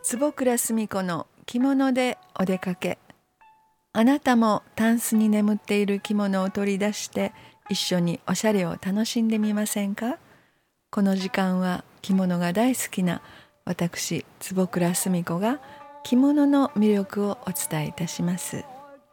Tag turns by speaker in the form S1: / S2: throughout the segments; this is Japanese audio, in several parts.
S1: 坪倉澄子の着物でお出かけ。あなたもタンスに眠っている着物を取り出して一緒におしゃれを楽しんでみませんか？この時間は着物が大好きな私坪倉澄子が着物の魅力をお伝えいたします。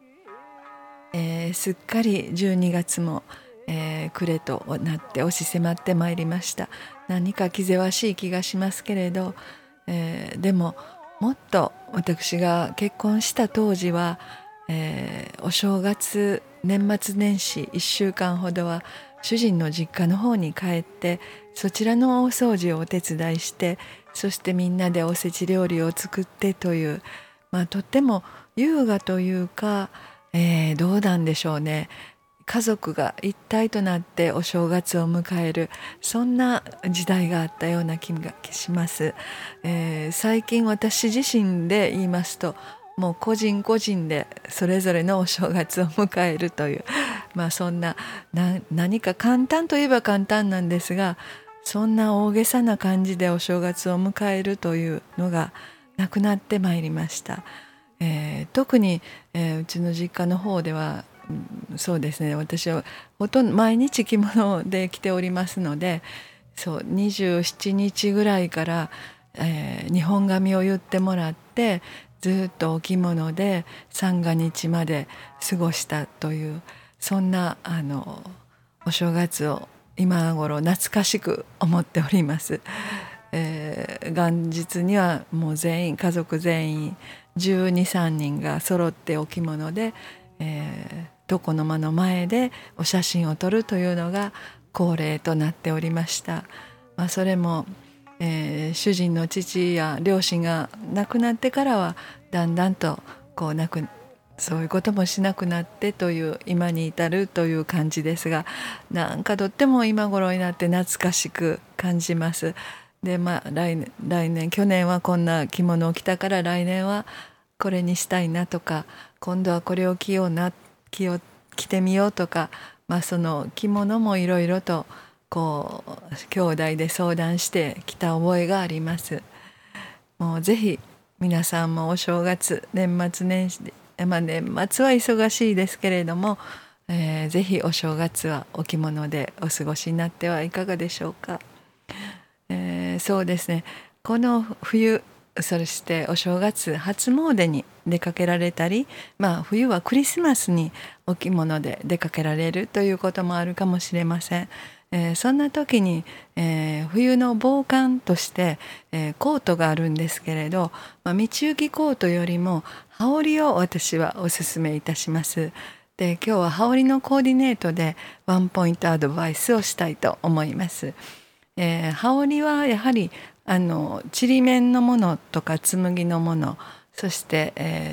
S1: すっかり12月も、暮れとなって押し迫ってまいりました。何か気ぜわしい気がしますけれど、でももっと私が結婚した当時は、お正月年末年始1週間ほどは主人の実家の方に帰ってそちらの大掃除をお手伝いして、そしてみんなでおせち料理を作ってという、とっても優雅というか、どうなんでしょうね、家族が一体となってお正月を迎える、そんな時代があったような気がします。最近私自身で言いますと、もう個人個人でそれぞれのお正月を迎えるという、そんな何か簡単といえば簡単なんですが、そんな大げさな感じでお正月を迎えるというのがなくなってまいりました。特に、うちの実家の方では、そうですね、私はほとんど毎日着物で着ておりますので、そう27日ぐらいから、日本髪を結ってもらってずっとお着物で三が日まで過ごしたという、そんなお正月を今頃懐かしく思っております。元日にはもう家族全員12、3人が揃ってお着物で、床の間の前でお写真を撮るというのが恒例となっておりました。それも、主人の父や両親が亡くなってからはだんだんとそういうこともしなくなってという今に至るという感じですが、なんかとっても今頃になって懐かしく感じます。で来年去年はこんな着物を着たから来年はこれにしたいなとか、今度はこれを着てみようとか、その着物もいろいろと兄弟で相談してきた覚えがあります。もうぜひ皆さんもお正月年末年始で、年末は忙しいですけれども、ぜひお正月はお着物でお過ごしになってはいかがでしょうか。そうですね、この冬そしてお正月初詣に出かけられたり、冬はクリスマスにお着物で出かけられるということもあるかもしれません。そんな時に、冬の防寒として、コートがあるんですけれど、道行きコートよりも羽織を私はおすすめいたします。で、今日は羽織のコーディネートでワンポイントアドバイスをしたいと思います。羽織はやはりちりめんのものとか紬のもの、そして、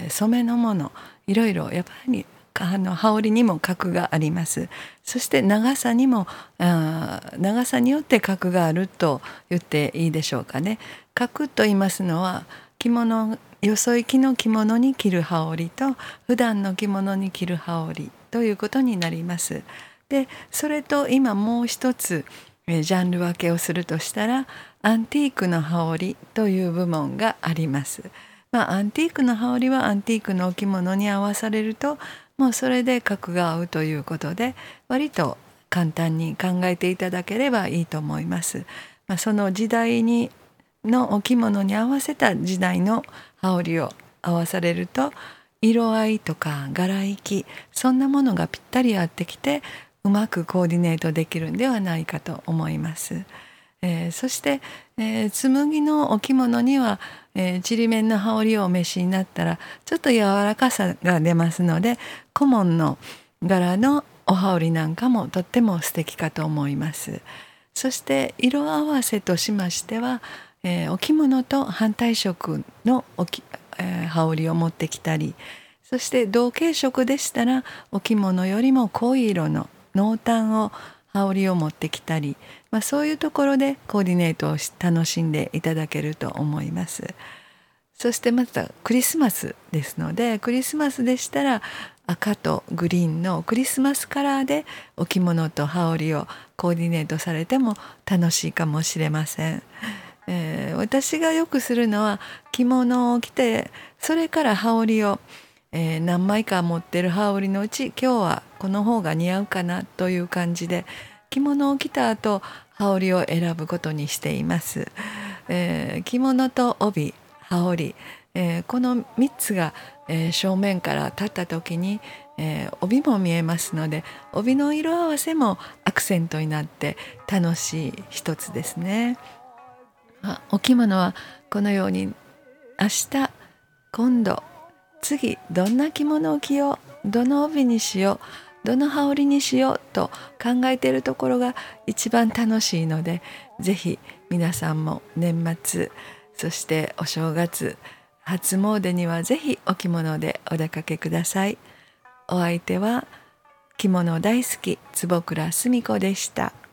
S1: 染めのもの、いろいろやっぱり羽織にも格があります。そして長さにも長さによって格があると言っていいでしょうかね。格と言いますのはよそ行きの着物に着る羽織と普段の着物に着る羽織ということになります。でそれと今もう一つジャンル分けをするとしたらアンティークの羽織という部門があります。アンティークの羽織はアンティークのお着物に合わされるともうそれで格が合うということで割と簡単に考えていただければいいと思います。その時代のお着物に合わせた時代の羽織を合わされると色合いとか柄行きそんなものがぴったり合ってきてうまくコーディネートできるんではないかと思います。そして、紬のお着物には、ちりめんの羽織をお召しになったらちょっと柔らかさが出ますので小紋の柄のお羽織なんかもとっても素敵かと思います。そして色合わせとしましては、お着物と反対色の羽織を持ってきたり、そして同系色でしたらお着物よりも濃い色の濃淡を羽織を持ってきたり、そういうところでコーディネートを楽しんでいただけると思います。そしてまたクリスマスですのでクリスマスでしたら赤とグリーンのクリスマスカラーでお着物と羽織をコーディネートされても楽しいかもしれません。 私がよくするのは着物を着て、それから羽織を、何枚か持ってる羽織のうち今日はこの方が似合うかなという感じで着物を着た後羽織を選ぶことにしています。着物と帯、羽織、この3つが、正面から立った時に、帯も見えますので、帯の色合わせもアクセントになって楽しい一つですね。お着物はこのように明日、今度、次どんな着物を着よう、どの帯にしよう、どの羽織にしようと考えているところが一番楽しいので、ぜひ皆さんも年末、そしてお正月、初詣にはぜひお着物でお出かけください。お相手は着物大好き坪倉澄子でした。